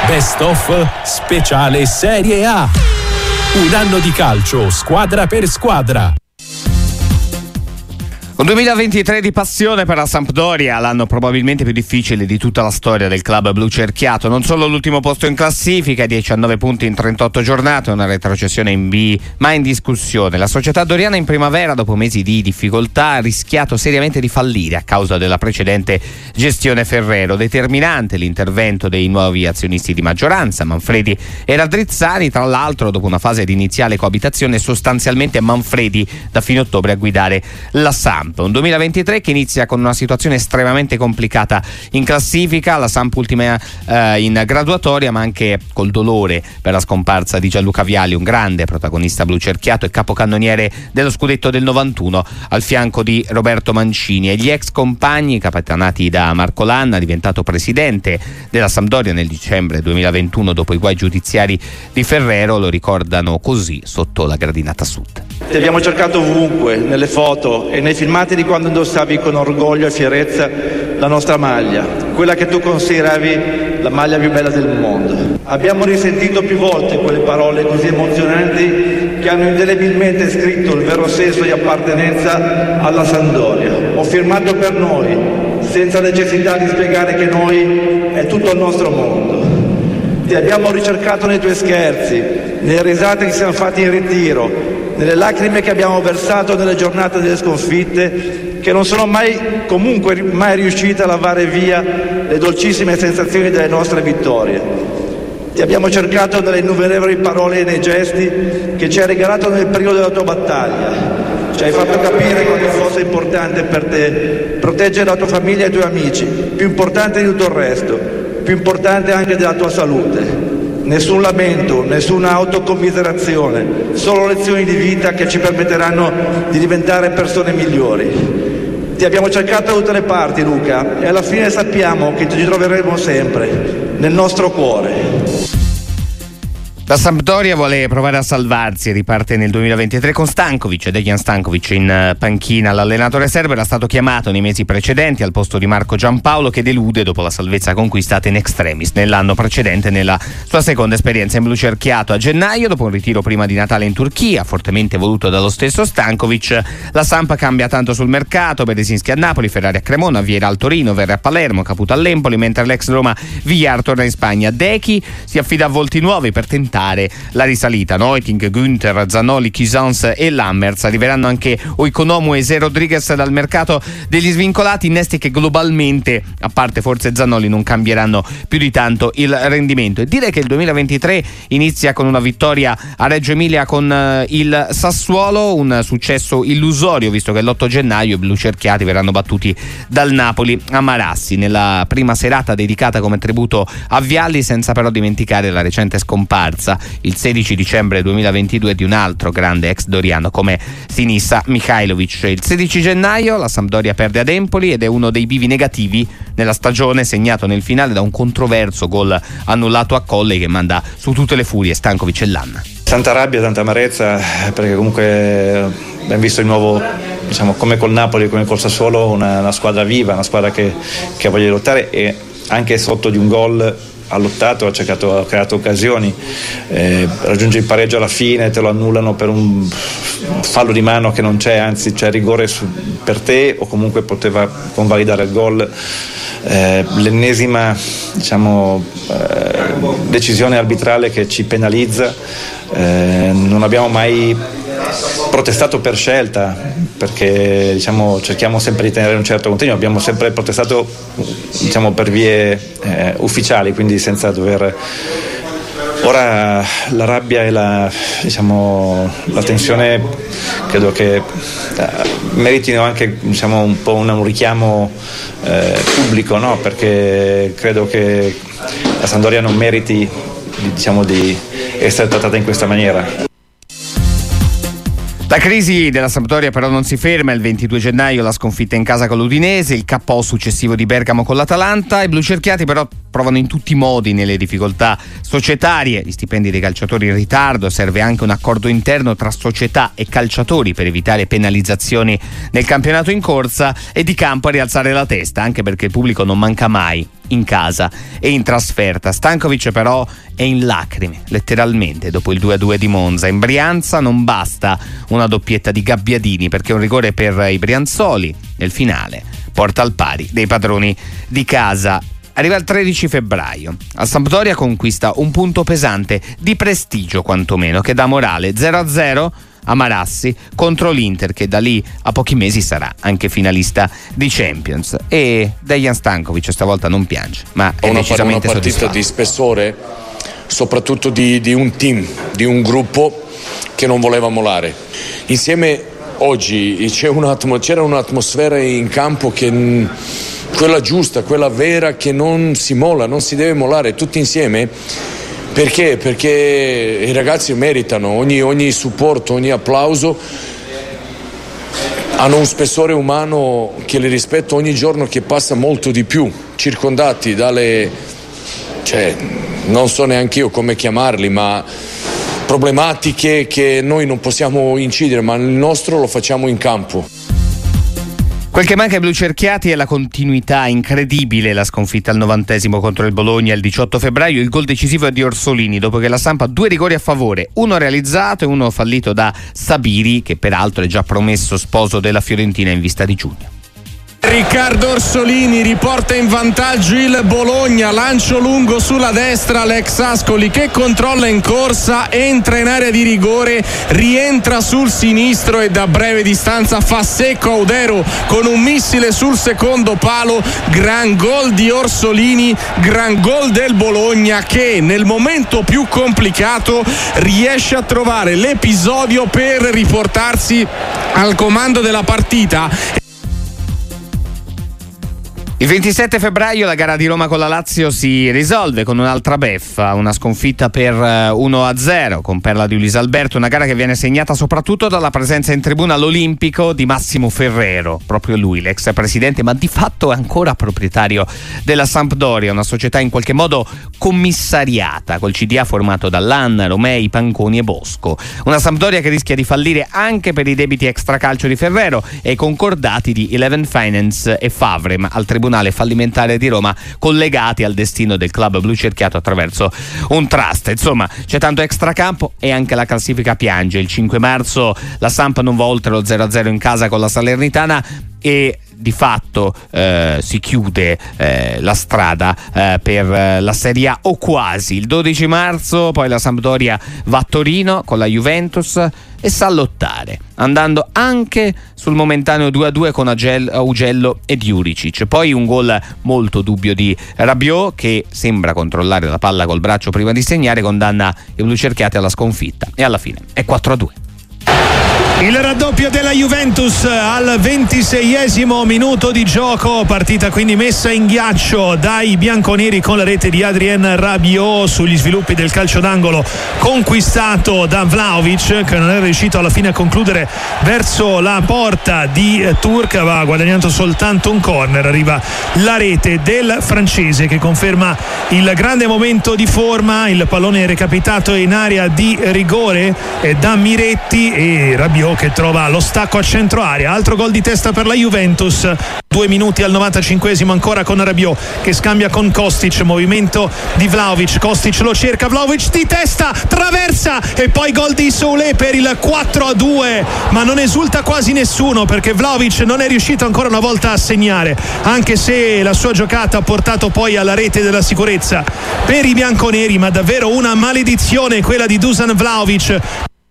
Best of speciale Serie A. Un anno di calcio, squadra per squadra. Un 2023 di passione per la Sampdoria, l'anno probabilmente più difficile di tutta la storia del club blucerchiato. Non solo l'ultimo posto in classifica, 19 punti in 38 giornate, una retrocessione in B, ma in discussione. La società doriana in primavera, dopo mesi di difficoltà, ha rischiato seriamente di fallire a causa della precedente gestione Ferrero. Determinante l'intervento dei nuovi azionisti di maggioranza, Manfredi e Radrizzani. Tra l'altro, dopo una fase di iniziale coabitazione, sostanzialmente Manfredi da fine ottobre a guidare la Samp. Un 2023 che inizia con una situazione estremamente complicata in classifica, la Samp ultima in graduatoria, ma anche col dolore per la scomparsa di Gianluca Vialli, un grande protagonista blucerchiato e capocannoniere dello scudetto del 91 al fianco di Roberto Mancini, e gli ex compagni capitanati da Marco Lanna, diventato presidente della Sampdoria nel dicembre 2021 dopo i guai giudiziari di Ferrero, lo ricordano così sotto la gradinata sud. Ti abbiamo cercato ovunque, nelle foto e nei filmati di quando indossavi con orgoglio e fierezza la nostra maglia, quella che tu consideravi la maglia più bella del mondo. Abbiamo risentito più volte quelle parole così emozionanti che hanno indelebilmente scritto il vero senso di appartenenza alla Sampdoria. Ho firmato per noi, senza necessità di spiegare che noi è tutto il nostro mondo. Ti abbiamo ricercato nei tuoi scherzi, nelle risate che siamo fatti in ritiro, nelle lacrime che abbiamo versato nelle giornate delle sconfitte, che non sono mai riuscite a lavare via le dolcissime sensazioni delle nostre vittorie. Ti abbiamo cercato nelle innumerevoli parole e nei gesti che ci hai regalato nel periodo della tua battaglia. Ci hai fatto capire quanto fosse importante per te proteggere la tua famiglia e i tuoi amici, più importante di tutto il resto, più importante anche della tua salute. Nessun lamento, nessuna autocommiserazione, solo lezioni di vita che ci permetteranno di diventare persone migliori. Ti abbiamo cercato da tutte le parti, Luca, e alla fine sappiamo che ti troveremo sempre, nel nostro cuore. La Sampdoria vuole provare a salvarsi e riparte nel 2023 con Stankovic, Dejan Stankovic in panchina. L'allenatore serbo era stato chiamato nei mesi precedenti al posto di Marco Giampaolo, che delude dopo la salvezza conquistata in extremis nell'anno precedente nella sua seconda esperienza in blucerchiato. A gennaio, dopo un ritiro prima di Natale in Turchia, fortemente voluto dallo stesso Stankovic, la Samp cambia tanto sul mercato: Berezinski a Napoli, Ferrari a Cremona, Vieira al Torino, Verre a Palermo, Caputo all'Empoli, mentre l'ex Roma Villar torna in Spagna. Dechi si affida a volti nuovi per tentare la risalita. Neuting, Günther, Zanoli, Cuisance e Lammerts. Arriveranno anche Oikonomu e Zé Rodriguez dal mercato degli svincolati, innesti che globalmente, a parte forse Zanoli, non cambieranno più di tanto il rendimento. E dire che il 2023 inizia con una vittoria a Reggio Emilia con il Sassuolo, un successo illusorio visto che l'8 gennaio i blucerchiati verranno battuti dal Napoli a Marassi nella prima serata dedicata come tributo a Vialli, senza però dimenticare la recente scomparsa il 16 dicembre 2022 di un altro grande ex doriano come Sinisa Mihajlovic. Il 16 gennaio la Sampdoria perde ad Empoli ed è uno dei bivi negativi nella stagione, segnato nel finale da un controverso gol annullato a Colley che manda su tutte le furie Stankovic e Lanna. Tanta rabbia, tanta amarezza, perché comunque abbiamo visto di nuovo, diciamo, come col Napoli, come col Sassuolo, una squadra viva, una squadra che ha voglia di lottare, e anche sotto di un gol ha lottato, ha creato occasioni, raggiunge il pareggio alla fine, te lo annullano per un fallo di mano che non c'è, anzi c'è rigore per te, o comunque poteva convalidare il gol. L'ennesima, diciamo, decisione arbitrale che ci penalizza. Non abbiamo mai protestato per scelta, perché, diciamo, cerchiamo sempre di tenere un certo continuo, abbiamo sempre protestato, diciamo, per vie ufficiali, quindi senza dover. Ora la rabbia e la tensione credo che meritino anche, diciamo, un po' un richiamo pubblico, no? Perché credo che la Sampdoria non meriti, diciamo, di essere trattata in questa maniera. La crisi della Sampdoria però non si ferma. Il 22 gennaio la sconfitta in casa con l'Udinese, il KO successivo di Bergamo con l'Atalanta. I blucerchiati però provano in tutti i modi nelle difficoltà societarie, gli stipendi dei calciatori in ritardo, serve anche un accordo interno tra società e calciatori per evitare penalizzazioni nel campionato in corsa, e di campo a rialzare la testa, anche perché il pubblico non manca mai in casa e in trasferta. Stankovic però è in lacrime, letteralmente, dopo il 2-2 di Monza. In Brianza non basta una doppietta di Gabbiadini, perché un rigore per i brianzoli nel finale porta al pari dei padroni di casa. Arriva il 13 febbraio. La Sampdoria conquista un punto pesante, di prestigio quantomeno, che dà morale. 0-0 a Marassi contro l'Inter, che da lì a pochi mesi sarà anche finalista di Champions. E Dejan Stankovic stavolta non piange, ma è decisamente una partita soddisfatto. Di spessore, soprattutto di un team, di un gruppo che non voleva mollare. Insieme oggi c'era un'atmosfera in campo che quella giusta, quella vera, che non si molla, non si deve mollare tutti insieme. Perché i ragazzi meritano ogni supporto, ogni applauso, hanno un spessore umano che li rispetto ogni giorno, che passa molto di più, circondati dalle, non so neanche io come chiamarli, ma problematiche che noi non possiamo incidere, ma il nostro lo facciamo in campo. Quel che manca ai blucerchiati è la continuità incredibile. La sconfitta al 90° contro il Bologna il 18 febbraio, il gol decisivo è di Orsolini, dopo che la Samp ha 2 rigori a favore, uno realizzato e uno fallito da Sabiri, che peraltro è già promesso sposo della Fiorentina in vista di giugno. Riccardo Orsolini riporta in vantaggio il Bologna, lancio lungo sulla destra, l'ex Ascoli che controlla in corsa, entra in area di rigore, rientra sul sinistro e da breve distanza fa secco Audero con un missile sul secondo palo. Gran gol di Orsolini, gran gol del Bologna, che nel momento più complicato riesce a trovare l'episodio per riportarsi al comando della partita. Il 27 febbraio la gara di Roma con la Lazio si risolve con un'altra beffa, una sconfitta per 1-0 con perla di Luis Alberto, una gara che viene segnata soprattutto dalla presenza in tribuna all'Olimpico di Massimo Ferrero, proprio lui, l'ex presidente, ma di fatto è ancora proprietario della Sampdoria, una società in qualche modo commissariata, col CDA formato da Lanna, Romei, Panconi e Bosco. Una Sampdoria che rischia di fallire anche per i debiti extracalcio di Ferrero e i concordati di Eleven Finance e Favrem al tribunale fallimentare di Roma, collegati al destino del club blucerchiato attraverso un trust. Insomma, c'è tanto extracampo e anche la classifica piange. Il 5 marzo la Samp non va oltre lo 0-0 in casa con la Salernitana e di fatto si chiude la strada per la Serie A, o quasi. Il 12 marzo poi la Sampdoria va a Torino con la Juventus e sa lottare, andando anche sul momentaneo 2-2 con Augello e Juricic. Poi un gol molto dubbio di Rabiot, che sembra controllare la palla col braccio prima di segnare, condanna i blucerchiati alla sconfitta e alla fine è 4-2. Il raddoppio della Juventus al 26esimo minuto di gioco, partita quindi messa in ghiaccio dai bianconeri con la rete di Adrien Rabiot sugli sviluppi del calcio d'angolo conquistato da Vlahovic, che non è riuscito alla fine a concludere verso la porta di Turk, aveva guadagnato soltanto un corner. Arriva la rete del francese che conferma il grande momento di forma, il pallone è recapitato in area di rigore da Miretti e Rabiot che trova lo stacco a centro area. Altro gol di testa per la Juventus. 2 minuti al 95esimo ancora con Rabiot che scambia con Kostic, movimento di Vlahovic, Kostic lo cerca, Vlahovic di testa, traversa e poi gol di Soulé per il 4-2, ma non esulta quasi nessuno perché Vlahovic non è riuscito ancora una volta a segnare, anche se la sua giocata ha portato poi alla rete della sicurezza per i bianconeri, ma davvero una maledizione quella di Dusan Vlahovic.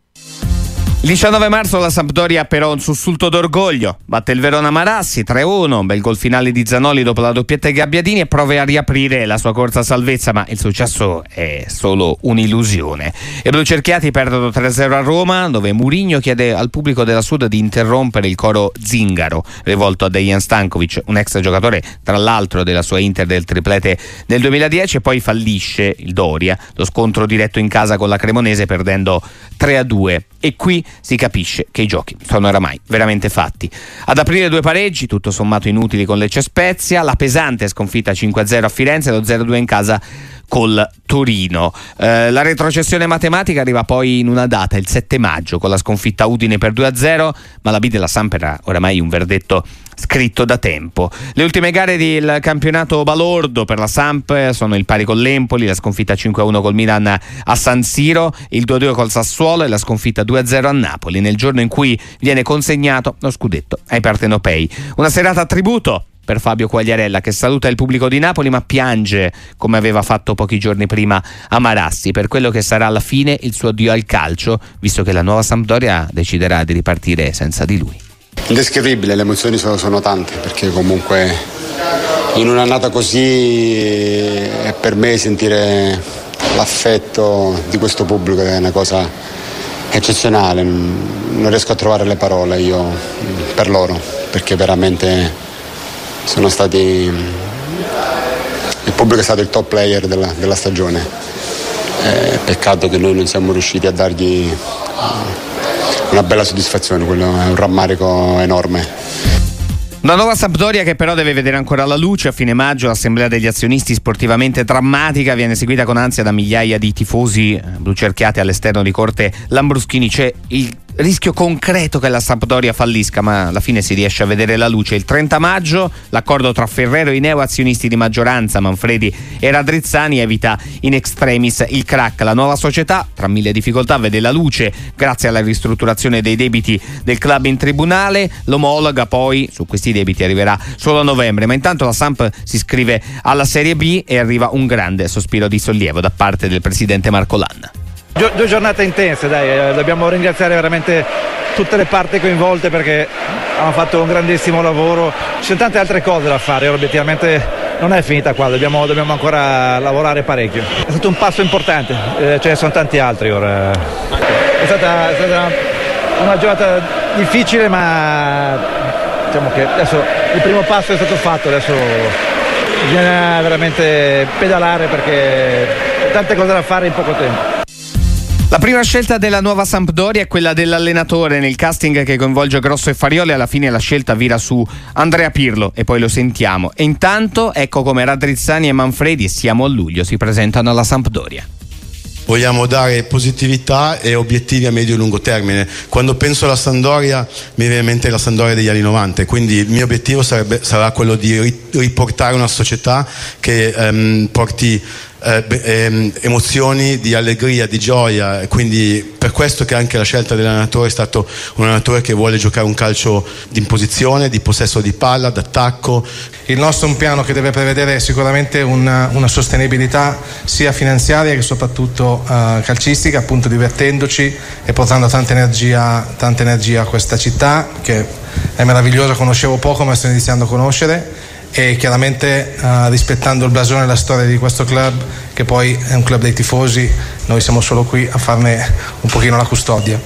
Il 19 marzo la Sampdoria però un sussulto d'orgoglio, batte il Verona Marassi 3-1, un bel gol finale di Zanoli dopo la doppietta di Gabbiadini e prova a riaprire la sua corsa a salvezza, ma il successo è solo un'illusione. I blucerchiati perdono 3-0 a Roma, dove Mourinho chiede al pubblico della Sud di interrompere il coro zingaro rivolto a Dejan Stankovic, un ex giocatore tra l'altro della sua Inter del triplete del 2010, e poi fallisce il Doria lo scontro diretto in casa con la Cremonese perdendo 3-2, e qui si capisce che i giochi sono oramai veramente fatti. Ad aprire 2 pareggi, tutto sommato inutili con Lecce Spezia, la pesante sconfitta 5-0 a Firenze e lo 0-2 in casa col Torino. La retrocessione matematica arriva poi in una data, il 7 maggio, con la sconfitta a Udine per 2-0, ma la B della Samp era oramai un verdetto scritto da tempo. Le ultime gare del campionato balordo per la Samp sono il pari con l'Empoli, la sconfitta 5-1 col Milan a San Siro, il 2-2 col Sassuolo e la sconfitta 2-0 a Napoli, nel giorno in cui viene consegnato lo scudetto ai partenopei. Una serata a tributo per Fabio Quagliarella, che saluta il pubblico di Napoli ma piange, come aveva fatto pochi giorni prima a Marassi, per quello che sarà alla fine il suo addio al calcio, visto che la nuova Sampdoria deciderà di ripartire senza di lui. Indescrivibile, le emozioni sono tante, perché comunque in un'annata così per me sentire l'affetto di questo pubblico è una cosa eccezionale, non riesco a trovare le parole io per loro, perché veramente sono stati, il pubblico è stato il top player della stagione. Peccato che noi non siamo riusciti a dargli una bella soddisfazione, quello è un rammarico enorme. Una nuova Sampdoria che però deve vedere ancora la luce. A fine maggio l'assemblea degli azionisti, sportivamente drammatica, viene seguita con ansia da migliaia di tifosi blucerchiati all'esterno di Corte Lambruschini. C'è il rischio concreto che la Sampdoria fallisca, ma alla fine si riesce a vedere la luce. Il 30 maggio l'accordo tra Ferrero e i neo-azionisti di maggioranza, Manfredi e Radrizzani, evita in extremis il crack. La nuova società, tra mille difficoltà, vede la luce grazie alla ristrutturazione dei debiti del club in tribunale. L'omologa poi su questi debiti arriverà solo a novembre, ma intanto la Samp si iscrive alla Serie B e arriva un grande sospiro di sollievo da parte del presidente Marco Lanna. Due giornate intense, dai, dobbiamo ringraziare veramente tutte le parti coinvolte perché hanno fatto un grandissimo lavoro. Ci sono tante altre cose da fare, obiettivamente non è finita qua, dobbiamo ancora lavorare parecchio. È stato un passo importante, ce ne sono tanti altri ora. È stata una giornata difficile, ma diciamo che adesso il primo passo è stato fatto, adesso bisogna veramente pedalare perché tante cose da fare in poco tempo. La prima scelta della nuova Sampdoria è quella dell'allenatore. Nel casting che coinvolge Grosso e Farioli alla fine la scelta vira su Andrea Pirlo e poi lo sentiamo. E intanto ecco come Radrizzani e Manfredi, siamo a luglio, si presentano alla Sampdoria. Vogliamo dare positività e obiettivi a medio e lungo termine. Quando penso alla Sampdoria mi viene in mente la Sampdoria degli anni 90, quindi il mio obiettivo sarà quello di riportare una società che porti emozioni di allegria, di gioia, e quindi per questo che anche la scelta dell'allenatore è stato un allenatore che vuole giocare un calcio di imposizione, di possesso di palla, d'attacco. Il nostro è un piano che deve prevedere sicuramente una sostenibilità sia finanziaria che soprattutto calcistica, appunto divertendoci e portando tanta energia a questa città che è meravigliosa, conoscevo poco ma sto iniziando a conoscere, e chiaramente rispettando il blasone e la storia di questo club, che poi è un club dei tifosi. Noi siamo solo qui a farne un pochino la custodia.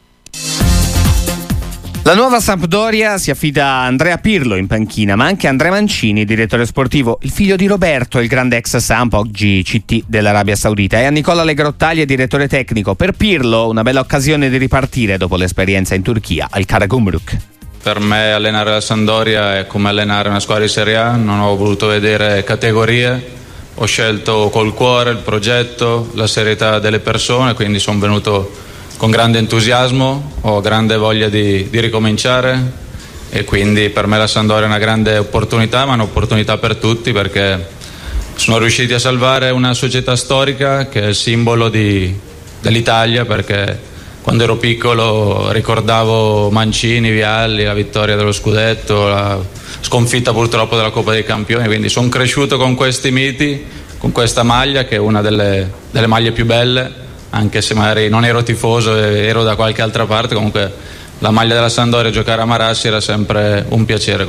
La nuova Sampdoria si affida a Andrea Pirlo in panchina, ma anche a Andrea Mancini, direttore sportivo, il figlio di Roberto, il grande ex Samp, oggi CT dell'Arabia Saudita, e a Nicola Legrottaglia, direttore tecnico. Per Pirlo una bella occasione di ripartire dopo l'esperienza in Turchia al Karagümrük. Per me allenare la Sampdoria è come allenare una squadra di Serie A, non ho voluto vedere categorie, ho scelto col cuore il progetto, la serietà delle persone, quindi sono venuto con grande entusiasmo, ho grande voglia di ricominciare, e quindi per me la Sampdoria è una grande opportunità, ma un'opportunità per tutti, perché sono riusciti a salvare una società storica che è il simbolo dell'Italia, perché quando ero piccolo ricordavo Mancini, Vialli, la vittoria dello scudetto, la sconfitta purtroppo della Coppa dei Campioni, quindi sono cresciuto con questi miti, con questa maglia che è una delle maglie più belle, anche se magari non ero tifoso e ero da qualche altra parte, comunque la maglia della Sampdoria, giocare a Marassi era sempre un piacere.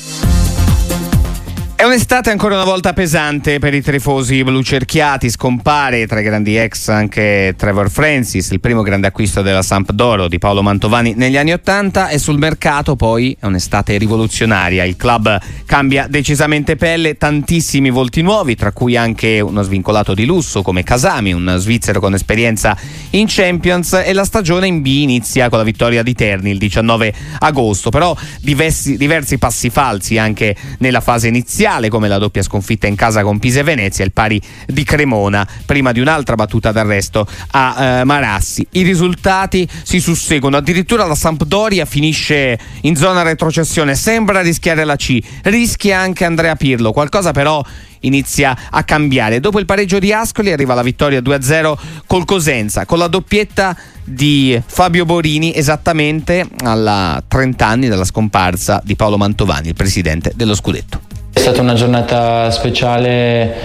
È un'estate ancora una volta pesante per i tifosi blucerchiati. Scompare tra i grandi ex anche Trevor Francis, il primo grande acquisto della Sampdoria di Paolo Mantovani negli anni '80, e sul mercato poi è un'estate rivoluzionaria. Il club cambia decisamente pelle, tantissimi volti nuovi, tra cui anche uno svincolato di lusso come Casami, un svizzero con esperienza in Champions, e la stagione in B inizia con la vittoria di Terni il 19 agosto, però diversi passi falsi anche nella fase iniziale. tale come la doppia sconfitta in casa con Pisa e Venezia, il pari di Cremona prima di un'altra battuta d'arresto a Marassi. I risultati si susseguono, addirittura la Sampdoria finisce in zona retrocessione, sembra rischiare la C, rischia anche Andrea Pirlo, qualcosa però inizia a cambiare. Dopo il pareggio di Ascoli arriva la vittoria 2-0 col Cosenza, con la doppietta di Fabio Borini esattamente alla 30 anni dalla scomparsa di Paolo Mantovani, il presidente dello Scudetto. È stata una giornata speciale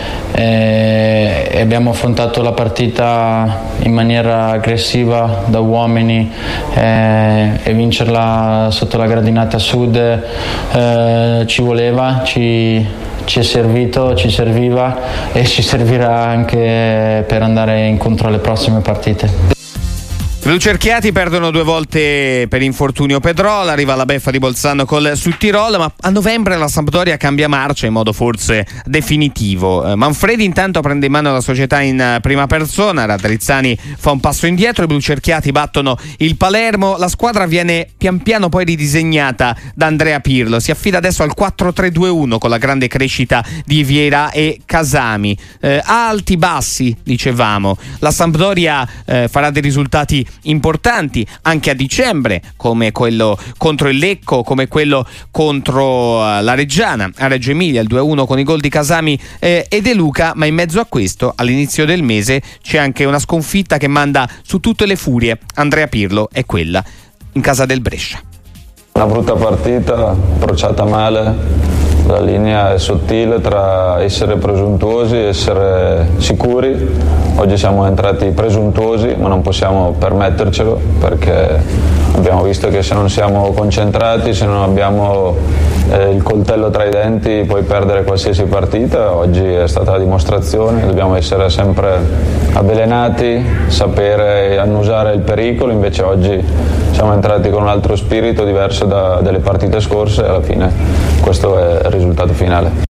e abbiamo affrontato la partita in maniera aggressiva da uomini e vincerla sotto la gradinata sud ci voleva, ci è servito, ci serviva e ci servirà anche per andare incontro alle prossime partite. I blucerchiati perdono 2 volte per infortunio Pedrola, arriva la beffa di Bolzano col Südtirol, ma a novembre la Sampdoria cambia marcia in modo forse definitivo. Manfredi intanto prende in mano la società in prima persona, Radrizzani fa un passo indietro, i blucerchiati battono il Palermo, la squadra viene pian piano poi ridisegnata da Andrea Pirlo, si affida adesso al 4-3-2-1 con la grande crescita di Vieira e Casami. Alti, bassi, dicevamo, la Sampdoria farà dei risultati importanti anche a dicembre, come quello contro il Lecco, come quello contro la Reggiana a Reggio Emilia, il 2-1 con i gol di Casami e De Luca, ma in mezzo a questo all'inizio del mese c'è anche una sconfitta che manda su tutte le furie Andrea Pirlo, è quella in casa del Brescia. Una brutta partita, approcciata male, la linea è sottile tra essere presuntuosi e essere sicuri. Oggi siamo entrati presuntuosi, ma non possiamo permettercelo perché abbiamo visto che se non siamo concentrati, se non abbiamo il coltello tra i denti, puoi perdere qualsiasi partita. Oggi è stata la dimostrazione, dobbiamo essere sempre avvelenati, sapere annusare il pericolo, invece oggi siamo entrati con un altro spirito diverso dalle partite scorse e alla fine questo è il risultato finale.